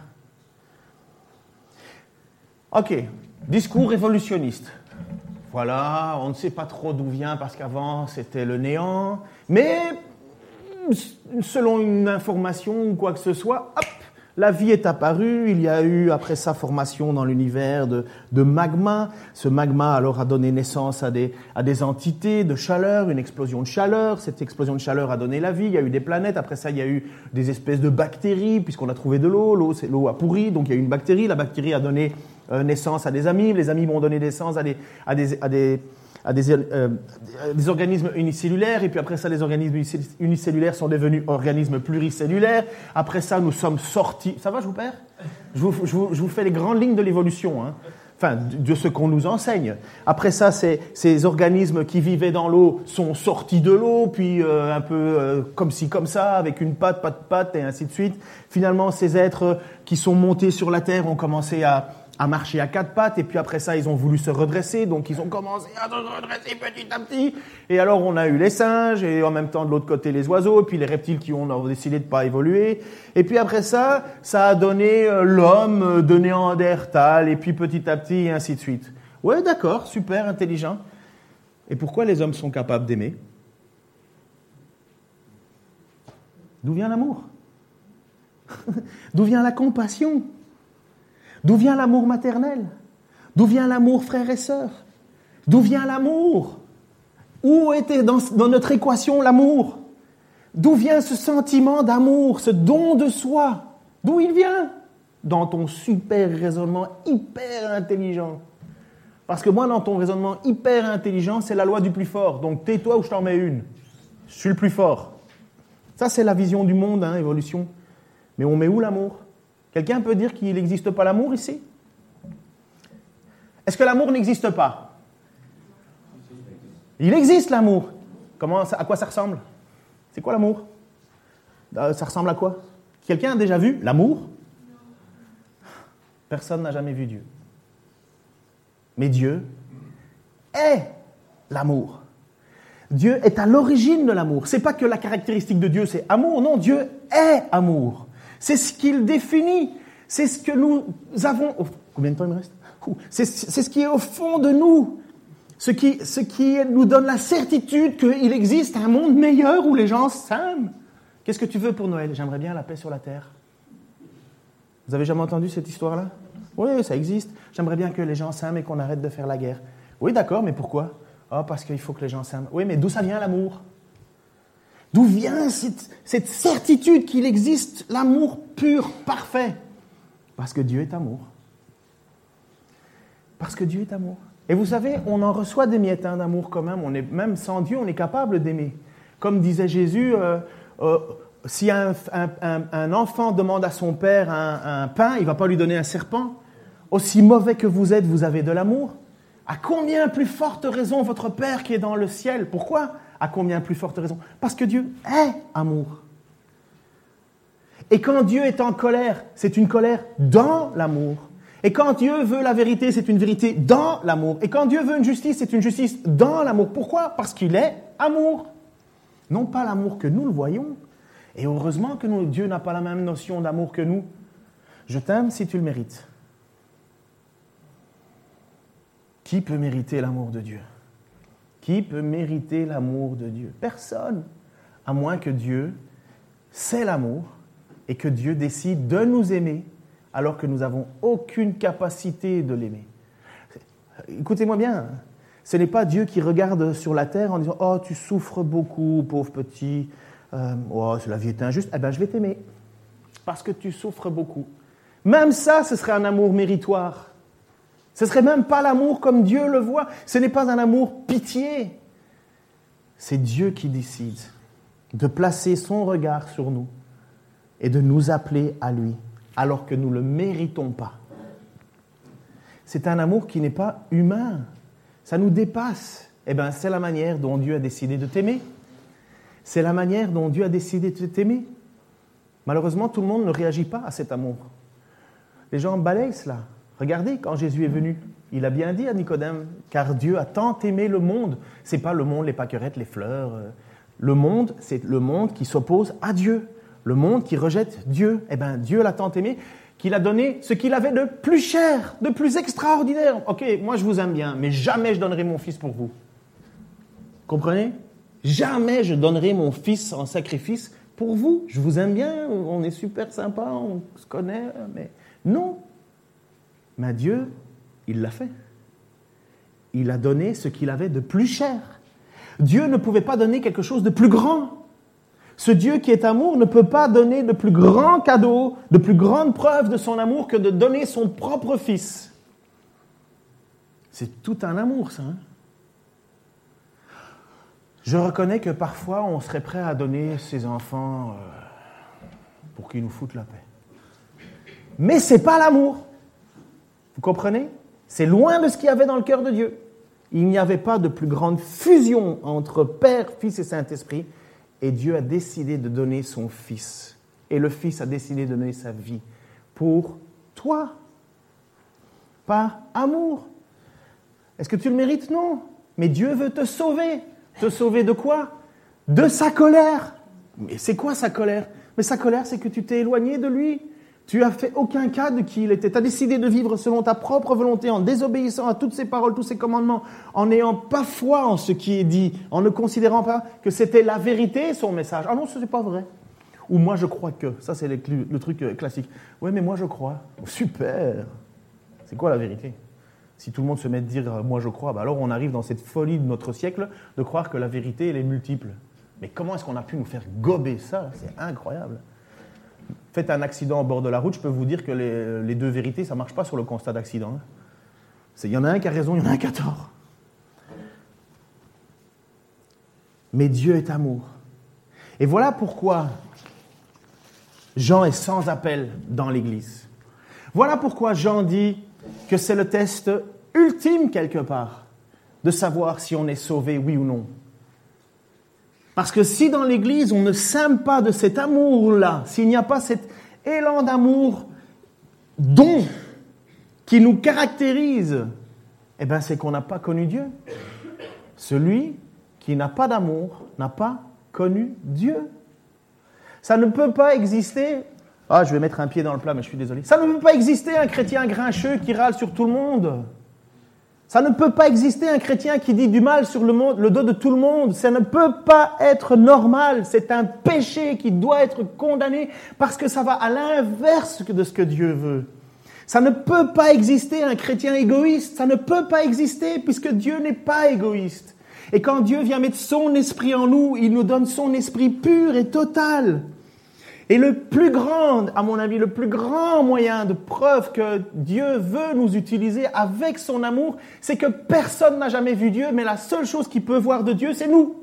Ok, discours évolutionniste. Voilà, on ne sait pas trop d'où vient parce qu'avant c'était le néant, mais selon une information ou quoi que ce soit, hop, la vie est apparue, il y a eu après sa formation dans l'univers de magma. Ce magma alors a donné naissance à des entités de chaleur, une explosion de chaleur. Cette explosion de chaleur a donné la vie, il y a eu des planètes. Après ça, il y a eu des espèces de bactéries, puisqu'on a trouvé de l'eau. L'eau a pourri, donc il y a eu une bactérie. La bactérie a donné naissance à des amibes. Les amibes ont donné naissance à des organismes unicellulaires, et puis après ça, les organismes unicellulaires sont devenus organismes pluricellulaires. Après ça, nous sommes sortis... Ça va, je vous perds ? Je vous fais les grandes lignes de l'évolution, hein. Enfin, de ce qu'on nous enseigne. Après ça, ces organismes qui vivaient dans l'eau sont sortis de l'eau, puis un peu comme ci, comme ça, avec une patte, pas de patte, et ainsi de suite. Finalement, ces êtres qui sont montés sur la Terre ont commencé à marcher à quatre pattes, et puis après ça, ils ont voulu se redresser, donc ils ont commencé à se redresser petit à petit. Et alors, on a eu les singes, et en même temps, de l'autre côté, les oiseaux, et puis les reptiles qui ont décidé de pas évoluer. Et puis après ça, ça a donné l'homme de Néandertal, et puis petit à petit, et ainsi de suite. Ouais, d'accord, super, intelligent. Et pourquoi les hommes sont capables d'aimer ? D'où vient l'amour ? D'où vient la compassion ? D'où vient l'amour maternel ? D'où vient l'amour frères et sœurs ? D'où vient l'amour ? Où était dans notre équation l'amour ? D'où vient ce sentiment d'amour, ce don de soi ? D'où il vient ? Dans ton super raisonnement hyper intelligent. Parce que moi, dans ton raisonnement hyper intelligent, c'est la loi du plus fort. Donc tais-toi ou je t'en mets une. Je suis le plus fort. Ça, c'est la vision du monde, hein, évolution. Mais on met où l'amour ? Quelqu'un peut dire qu'il n'existe pas l'amour ici ? Est-ce que l'amour n'existe pas ? Il existe l'amour. À quoi ça ressemble ? C'est quoi l'amour ? Ça ressemble à quoi ? Quelqu'un a déjà vu l'amour ? Personne n'a jamais vu Dieu. Mais Dieu est l'amour. Dieu est à l'origine de l'amour. C'est pas que la caractéristique de Dieu, c'est amour. Non, Dieu est amour. C'est ce qu'il définit. C'est ce que nous avons... Oh, combien de temps il me reste ? C'est ce qui est au fond de nous. Ce qui nous donne la certitude qu'il existe un monde meilleur où les gens s'aiment. Qu'est-ce que tu veux pour Noël ? J'aimerais bien la paix sur la terre. Vous avez jamais entendu cette histoire-là ? Oui, ça existe. J'aimerais bien que les gens s'aiment et qu'on arrête de faire la guerre. Oui, d'accord, mais pourquoi ? Parce qu'il faut que les gens s'aiment. Oui, mais d'où ça vient l'amour ? D'où vient cette certitude qu'il existe l'amour pur, parfait ? Parce que Dieu est amour. Parce que Dieu est amour. Et vous savez, on en reçoit des miettes d'amour quand même. Même sans Dieu, on est capable d'aimer. Comme disait Jésus, si un enfant demande à son père un pain, il ne va pas lui donner un serpent. Aussi mauvais que vous êtes, vous avez de l'amour. À combien plus forte raison votre Père qui est dans le ciel ? Pourquoi ? À combien plus forte raison ? Parce que Dieu est amour. Et quand Dieu est en colère, c'est une colère dans l'amour. Et quand Dieu veut la vérité, c'est une vérité dans l'amour. Et quand Dieu veut une justice, c'est une justice dans l'amour. Pourquoi ? Parce qu'il est amour. Non pas l'amour que nous le voyons. Et heureusement que Dieu n'a pas la même notion d'amour que nous. Je t'aime si tu le mérites. Qui peut mériter l'amour de Dieu ? Qui peut mériter l'amour de Dieu ? Personne, à moins que Dieu sait l'amour et que Dieu décide de nous aimer alors que nous n'avons aucune capacité de l'aimer. Écoutez-moi bien, ce n'est pas Dieu qui regarde sur la terre en disant « Oh, tu souffres beaucoup, pauvre petit, oh, la vie est injuste, eh bien je vais t'aimer parce que tu souffres beaucoup. » Même ça, ce serait un amour méritoire. Ce ne serait même pas l'amour comme Dieu le voit. Ce n'est pas un amour pitié. C'est Dieu qui décide de placer son regard sur nous et de nous appeler à lui, alors que nous ne le méritons pas. c'est un amour qui n'est pas humain. Ça nous dépasse. Eh bien, c'est la manière dont Dieu a décidé de t'aimer. C'est la manière dont Dieu a décidé de t'aimer. Malheureusement, tout le monde ne réagit pas à cet amour. Les gens balayent cela. Regardez, quand Jésus est venu, il a bien dit à Nicodème, car Dieu a tant aimé le monde. Ce n'est pas le monde, les pâquerettes, les fleurs. Le monde, c'est le monde qui s'oppose à Dieu. Le monde qui rejette Dieu. Eh bien, Dieu l'a tant aimé qu'il a donné ce qu'il avait de plus cher, de plus extraordinaire. Ok, moi je vous aime bien, mais jamais je donnerai mon fils pour vous. Comprenez ? Jamais je donnerai mon fils en sacrifice pour vous. Je vous aime bien, on est super sympa, on se connaît, mais non. Mais Dieu, il l'a fait. Il a donné ce qu'il avait de plus cher. Dieu ne pouvait pas donner quelque chose de plus grand. Ce Dieu qui est amour ne peut pas donner de plus grand cadeau, de plus grande preuve de son amour que de donner son propre fils. C'est tout un amour, ça. Hein? Je reconnais que parfois, on serait prêt à donner ses enfants pour qu'ils nous foutent la paix. Mais ce n'est pas l'amour. Vous comprenez ? C'est loin de ce qu'il y avait dans le cœur de Dieu. Il n'y avait pas de plus grande fusion entre Père, Fils et Saint-Esprit. Et Dieu a décidé de donner son Fils. Et le Fils a décidé de donner sa vie pour toi. Par amour. Est-ce que tu le mérites ? Non. Mais Dieu veut te sauver. Te sauver de quoi ? De sa colère. Mais c'est quoi sa colère ? Mais sa colère, c'est que tu t'es éloigné de lui. Tu n'as fait aucun cas de qui il était. Tu as décidé de vivre selon ta propre volonté, en désobéissant à toutes ses paroles, tous ses commandements, en n'ayant pas foi en ce qui est dit, en ne considérant pas que c'était la vérité, son message. Ah non, ce n'est pas vrai. Ou moi, je crois que. Ça, c'est le truc classique. Ouais, mais moi, je crois. Oh, super. C'est quoi la vérité ? Si tout le monde se met à dire « moi, je crois », alors on arrive dans cette folie de notre siècle de croire que la vérité, elle est multiple. Mais comment est-ce qu'on a pu nous faire gober ça ? C'est incroyable. Faites un accident au bord de la route, je peux vous dire que les deux vérités, ça ne marche pas sur le constat d'accident. Il y en a un qui a raison, il y en a un qui a tort. Mais Dieu est amour. Et voilà pourquoi Jean est sans appel dans l'Église. Voilà pourquoi Jean dit que c'est le test ultime quelque part de savoir si on est sauvé, oui ou non. Parce que si dans l'Église, on ne s'aime pas de cet amour-là, s'il n'y a pas cet élan d'amour don qui nous caractérise, eh bien c'est qu'on n'a pas connu Dieu. Celui qui n'a pas d'amour n'a pas connu Dieu. Ça ne peut pas exister... Ah, je vais mettre un pied dans le plat, mais je suis désolé. Ça ne peut pas exister un chrétien grincheux qui râle sur tout le monde. Ça ne peut pas exister un chrétien qui dit du mal sur le dos de tout le monde. Ça ne peut pas être normal. C'est un péché qui doit être condamné parce que ça va à l'inverse de ce que Dieu veut. Ça ne peut pas exister un chrétien égoïste. Ça ne peut pas exister puisque Dieu n'est pas égoïste. Et quand Dieu vient mettre son esprit en nous, il nous donne son esprit pur et total. Et le plus grand, à mon avis, le plus grand moyen de preuve que Dieu veut nous utiliser avec son amour, c'est que personne n'a jamais vu Dieu, mais la seule chose qui peut voir de Dieu, c'est nous.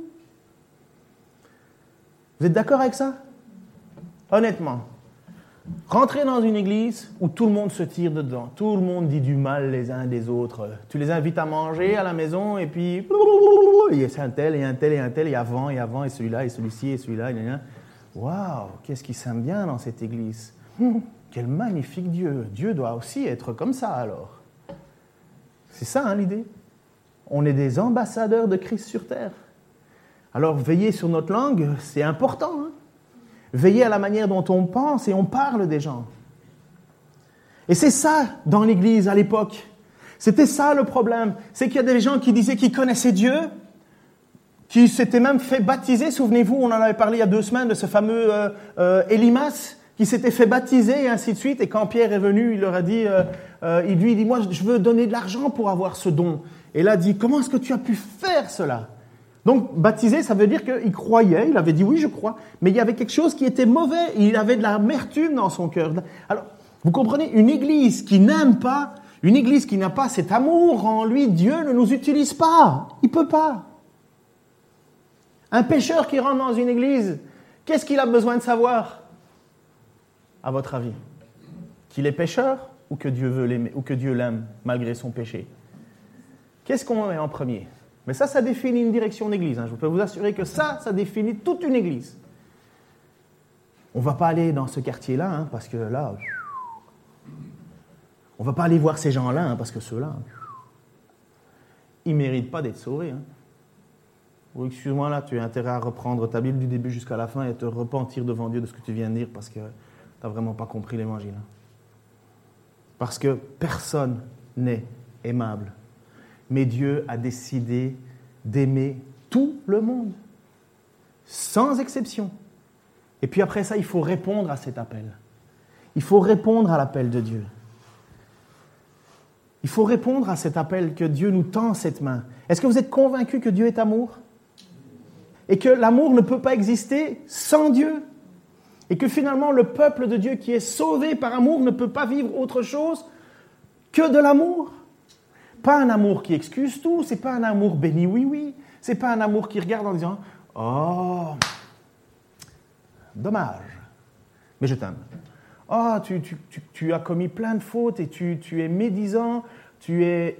Vous êtes d'accord avec ça ? Honnêtement, rentrez dans une église où tout le monde se tire dedans, tout le monde dit du mal les uns des autres. Tu les invites à manger à la maison et puis il y a un tel et un tel et un tel, et avant et celui-là et celui-ci et celui-là. Waouh, qu'est-ce qui s'aime bien dans cette église. Quel magnifique Dieu. Dieu doit aussi être comme ça alors. C'est ça l'idée. On est des ambassadeurs de Christ sur terre. Alors veiller sur notre langue, c'est important. Veiller à la manière dont on pense et on parle des gens. Et c'est ça dans l'église à l'époque. C'était ça le problème. C'est qu'il y a des gens qui disaient qu'ils connaissaient Dieu, qui s'était même fait baptiser. Souvenez-vous, on en avait parlé il y a 2 semaines de ce fameux Élimas qui s'était fait baptiser et ainsi de suite. Et quand Pierre est venu, il leur a dit, il lui dit, moi je veux donner de l'argent pour avoir ce don. Et là, il dit, comment est-ce que tu as pu faire cela ? Donc, baptiser, ça veut dire qu'il croyait, il avait dit oui, je crois, mais il y avait quelque chose qui était mauvais, il avait de l'amertume dans son cœur. Alors, vous comprenez, une église qui n'aime pas, une église qui n'a pas cet amour en lui, Dieu ne nous utilise pas, il ne peut pas. Un pécheur qui rentre dans une église, qu'est-ce qu'il a besoin de savoir, à votre avis ? Qu'il est pécheur ? ou que Dieu veut l'aimer, ou que Dieu l'aime malgré son péché? Qu'est-ce qu'on met en premier? Mais ça définit une direction d'église. Je peux vous assurer que ça définit toute une église. On ne va pas aller dans ce quartier-là, parce que là, on ne va pas aller voir ces gens-là, parce que ceux-là, ils ne méritent pas d'être sauvés. Ou excuse-moi, là, tu as intérêt à reprendre ta Bible du début jusqu'à la fin et te repentir devant Dieu de ce que tu viens de dire parce que tu n'as vraiment pas compris l'Évangile. Parce que personne n'est aimable. Mais Dieu a décidé d'aimer tout le monde, sans exception. Et puis après ça, il faut répondre à cet appel. Il faut répondre à l'appel de Dieu. Il faut répondre à cet appel que Dieu nous tend cette main. Est-ce que vous êtes convaincus que Dieu est amour? Et que l'amour ne peut pas exister sans Dieu? Et que finalement, le peuple de Dieu qui est sauvé par amour ne peut pas vivre autre chose que de l'amour? Pas un amour qui excuse tout, c'est pas un amour béni oui, c'est pas un amour qui regarde en disant « Oh, dommage, mais je t'aime. Oh, tu as commis plein de fautes et tu es médisant, tu es...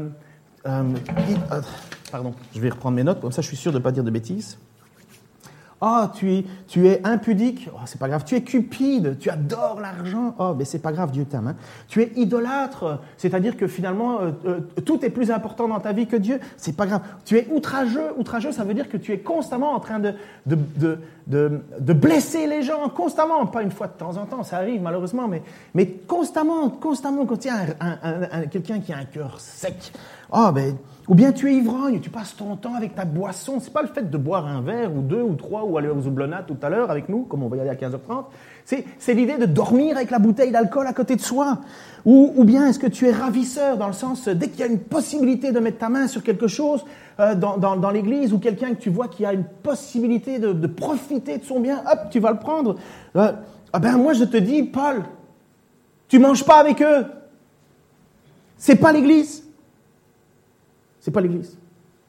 pardon, je vais reprendre mes notes, comme ça je suis sûr de ne pas dire de bêtises. Oh, tu es impudique, oh, c'est pas grave. Tu es cupide, tu adores l'argent, oh, mais c'est pas grave, Dieu t'aime. Tu es idolâtre, c'est-à-dire que finalement, tout est plus important dans ta vie que Dieu, c'est pas grave. Tu es outrageux, ça veut dire que tu es constamment en train de blesser les gens, constamment, pas une fois de temps en temps, ça arrive malheureusement, mais constamment, quand il y a quelqu'un qui a un cœur sec, oh, ben... Ou bien tu es ivrogne, tu passes ton temps avec ta boisson. C'est pas le fait de boire un verre ou deux ou trois ou aller aux oublonnades tout à l'heure avec nous, comme on va y aller à 15h30. C'est l'idée de dormir avec la bouteille d'alcool à côté de soi. Ou bien est-ce que tu es ravisseur dans le sens, dès qu'il y a une possibilité de mettre ta main sur quelque chose dans l'église ou quelqu'un que tu vois qui a une possibilité de profiter de son bien, hop, tu vas le prendre. Moi je te dis, Paul, tu manges pas avec eux. C'est pas l'église. C'est pas l'église.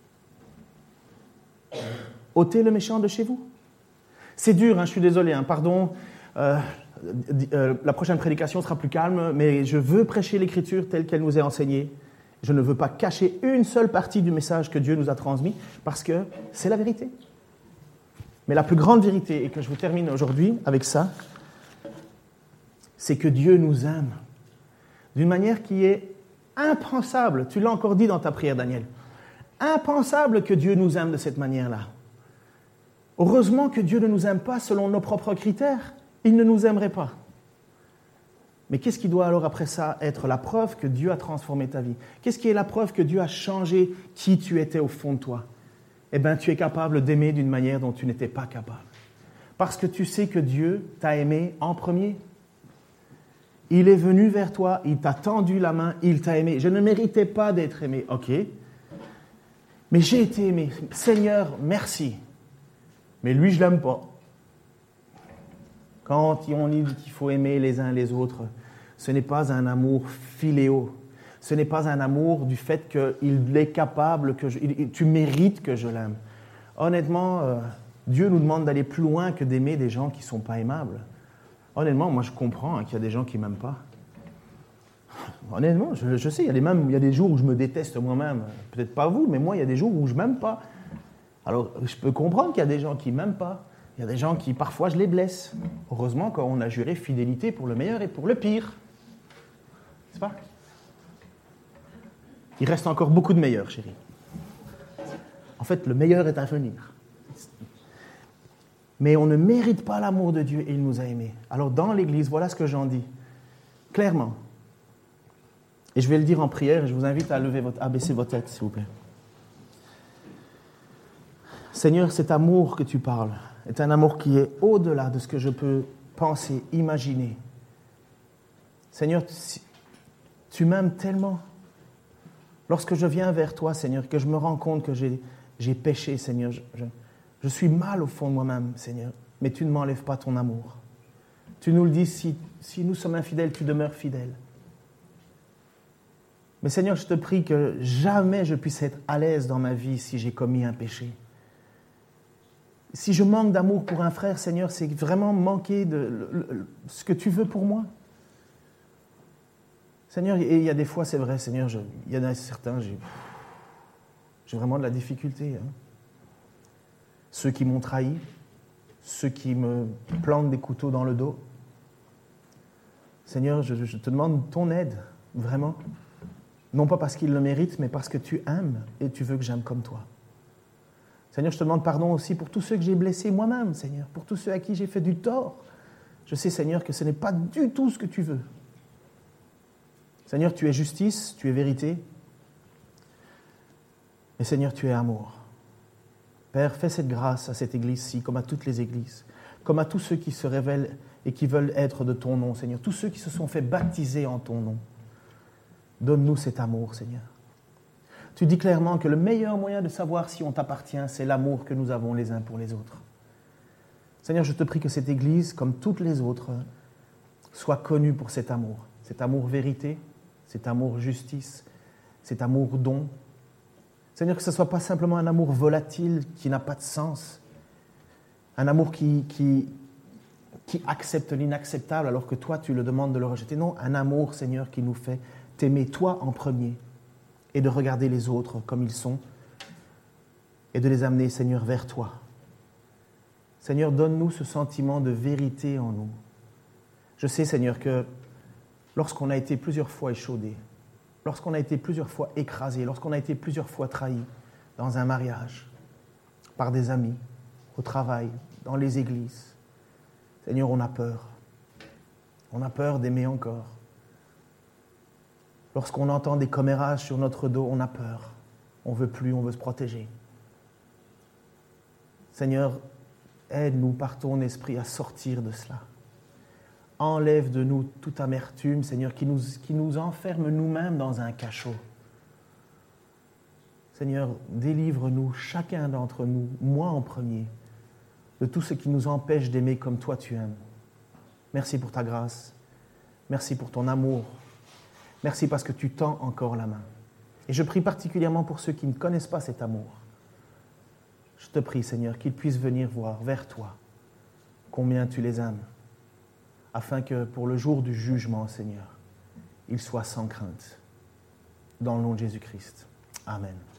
Ôtez le méchant de chez vous. C'est dur, je suis désolé, pardon. La prochaine prédication sera plus calme, mais je veux prêcher l'Écriture telle qu'elle nous est enseignée. Je ne veux pas cacher une seule partie du message que Dieu nous a transmis, parce que c'est la vérité. Mais la plus grande vérité, et que je vous termine aujourd'hui avec ça, c'est que Dieu nous aime d'une manière qui est impensable, tu l'as encore dit dans ta prière, Daniel. Impensable que Dieu nous aime de cette manière-là. Heureusement que Dieu ne nous aime pas selon nos propres critères. Il ne nous aimerait pas. Mais qu'est-ce qui doit alors après ça être la preuve que Dieu a transformé ta vie? Qu'est-ce qui est la preuve que Dieu a changé qui tu étais au fond de toi? Eh bien, tu es capable d'aimer d'une manière dont tu n'étais pas capable. Parce que tu sais que Dieu t'a aimé en premier. Il est venu vers toi, il t'a tendu la main, il t'a aimé. Je ne méritais pas d'être aimé, ok. Mais j'ai été aimé. Seigneur, merci. Mais lui, je ne l'aime pas. Quand on dit qu'il faut aimer les uns les autres, ce n'est pas un amour philéo. Ce n'est pas un amour du fait qu'il est capable, tu mérites que je l'aime. Honnêtement, Dieu nous demande d'aller plus loin que d'aimer des gens qui ne sont pas aimables. Honnêtement, moi je comprends qu'il y a des gens qui ne m'aiment pas. Honnêtement, je sais, il y a des jours où je me déteste moi-même. Peut-être pas vous, mais moi, il y a des jours où je ne m'aime pas. Alors, je peux comprendre qu'il y a des gens qui ne m'aiment pas. Il y a des gens qui, parfois, je les blesse. Heureusement qu'on a juré fidélité pour le meilleur et pour le pire. C'est pas? Il reste encore beaucoup de meilleurs, chérie. En fait, le meilleur est à venir. Mais on ne mérite pas l'amour de Dieu et il nous a aimés. Alors dans l'Église, voilà ce que j'en dis. Clairement. Et je vais le dire en prière et je vous invite à baisser votre tête, s'il vous plaît. Seigneur, cet amour que tu parles est un amour qui est au-delà de ce que je peux penser, imaginer. Seigneur, tu m'aimes tellement. Lorsque je viens vers toi, Seigneur, que je me rends compte que j'ai péché, Seigneur, je suis mal au fond de moi-même, Seigneur, mais tu ne m'enlèves pas ton amour. Tu nous le dis, si nous sommes infidèles, tu demeures fidèle. Mais Seigneur, je te prie que jamais je puisse être à l'aise dans ma vie si j'ai commis un péché. Si je manque d'amour pour un frère, Seigneur, c'est vraiment manquer de ce que tu veux pour moi. Seigneur, et il y a des fois, c'est vrai, Seigneur, il y en a certains, j'ai vraiment de la difficulté. Hein. Ceux qui m'ont trahi, ceux qui me plantent des couteaux dans le dos. Seigneur, je te demande ton aide, vraiment. Non pas parce qu'ils le méritent, mais parce que tu aimes et tu veux que j'aime comme toi. Seigneur, je te demande pardon aussi pour tous ceux que j'ai blessés moi-même, Seigneur, pour tous ceux à qui j'ai fait du tort. Je sais, Seigneur, que ce n'est pas du tout ce que tu veux. Seigneur, tu es justice, tu es vérité. Mais Seigneur, tu es amour. Père, fais cette grâce à cette église-ci, comme à toutes les églises, comme à tous ceux qui se révèlent et qui veulent être de ton nom, Seigneur, tous ceux qui se sont fait baptiser en ton nom. Donne-nous cet amour, Seigneur. Tu dis clairement que le meilleur moyen de savoir si on t'appartient, c'est l'amour que nous avons les uns pour les autres. Seigneur, je te prie que cette église, comme toutes les autres, soit connue pour cet amour vérité, cet amour justice, cet amour don. Seigneur, que ce ne soit pas simplement un amour volatile qui n'a pas de sens, un amour qui accepte l'inacceptable alors que toi, tu le demandes de le rejeter. Non, un amour, Seigneur, qui nous fait t'aimer toi en premier et de regarder les autres comme ils sont et de les amener, Seigneur, vers toi. Seigneur, donne-nous ce sentiment de vérité en nous. Je sais, Seigneur, que lorsqu'on a été plusieurs fois échaudé, lorsqu'on a été plusieurs fois écrasé, lorsqu'on a été plusieurs fois trahi dans un mariage, par des amis, au travail, dans les églises, Seigneur, on a peur. On a peur d'aimer encore. Lorsqu'on entend des commérages sur notre dos, on a peur. On ne veut plus, on veut se protéger. Seigneur, aide-nous par ton esprit à sortir de cela. Enlève de nous toute amertume, Seigneur, qui nous enferme nous-mêmes dans un cachot. Seigneur, délivre-nous, chacun d'entre nous, moi en premier, de tout ce qui nous empêche d'aimer comme toi tu aimes. Merci pour ta grâce. Merci pour ton amour. Merci parce que tu tends encore la main. Et je prie particulièrement pour ceux qui ne connaissent pas cet amour. Je te prie, Seigneur, qu'ils puissent venir voir vers toi combien tu les aimes, afin que pour le jour du jugement, Seigneur, ils soient sans crainte. Dans le nom de Jésus-Christ. Amen.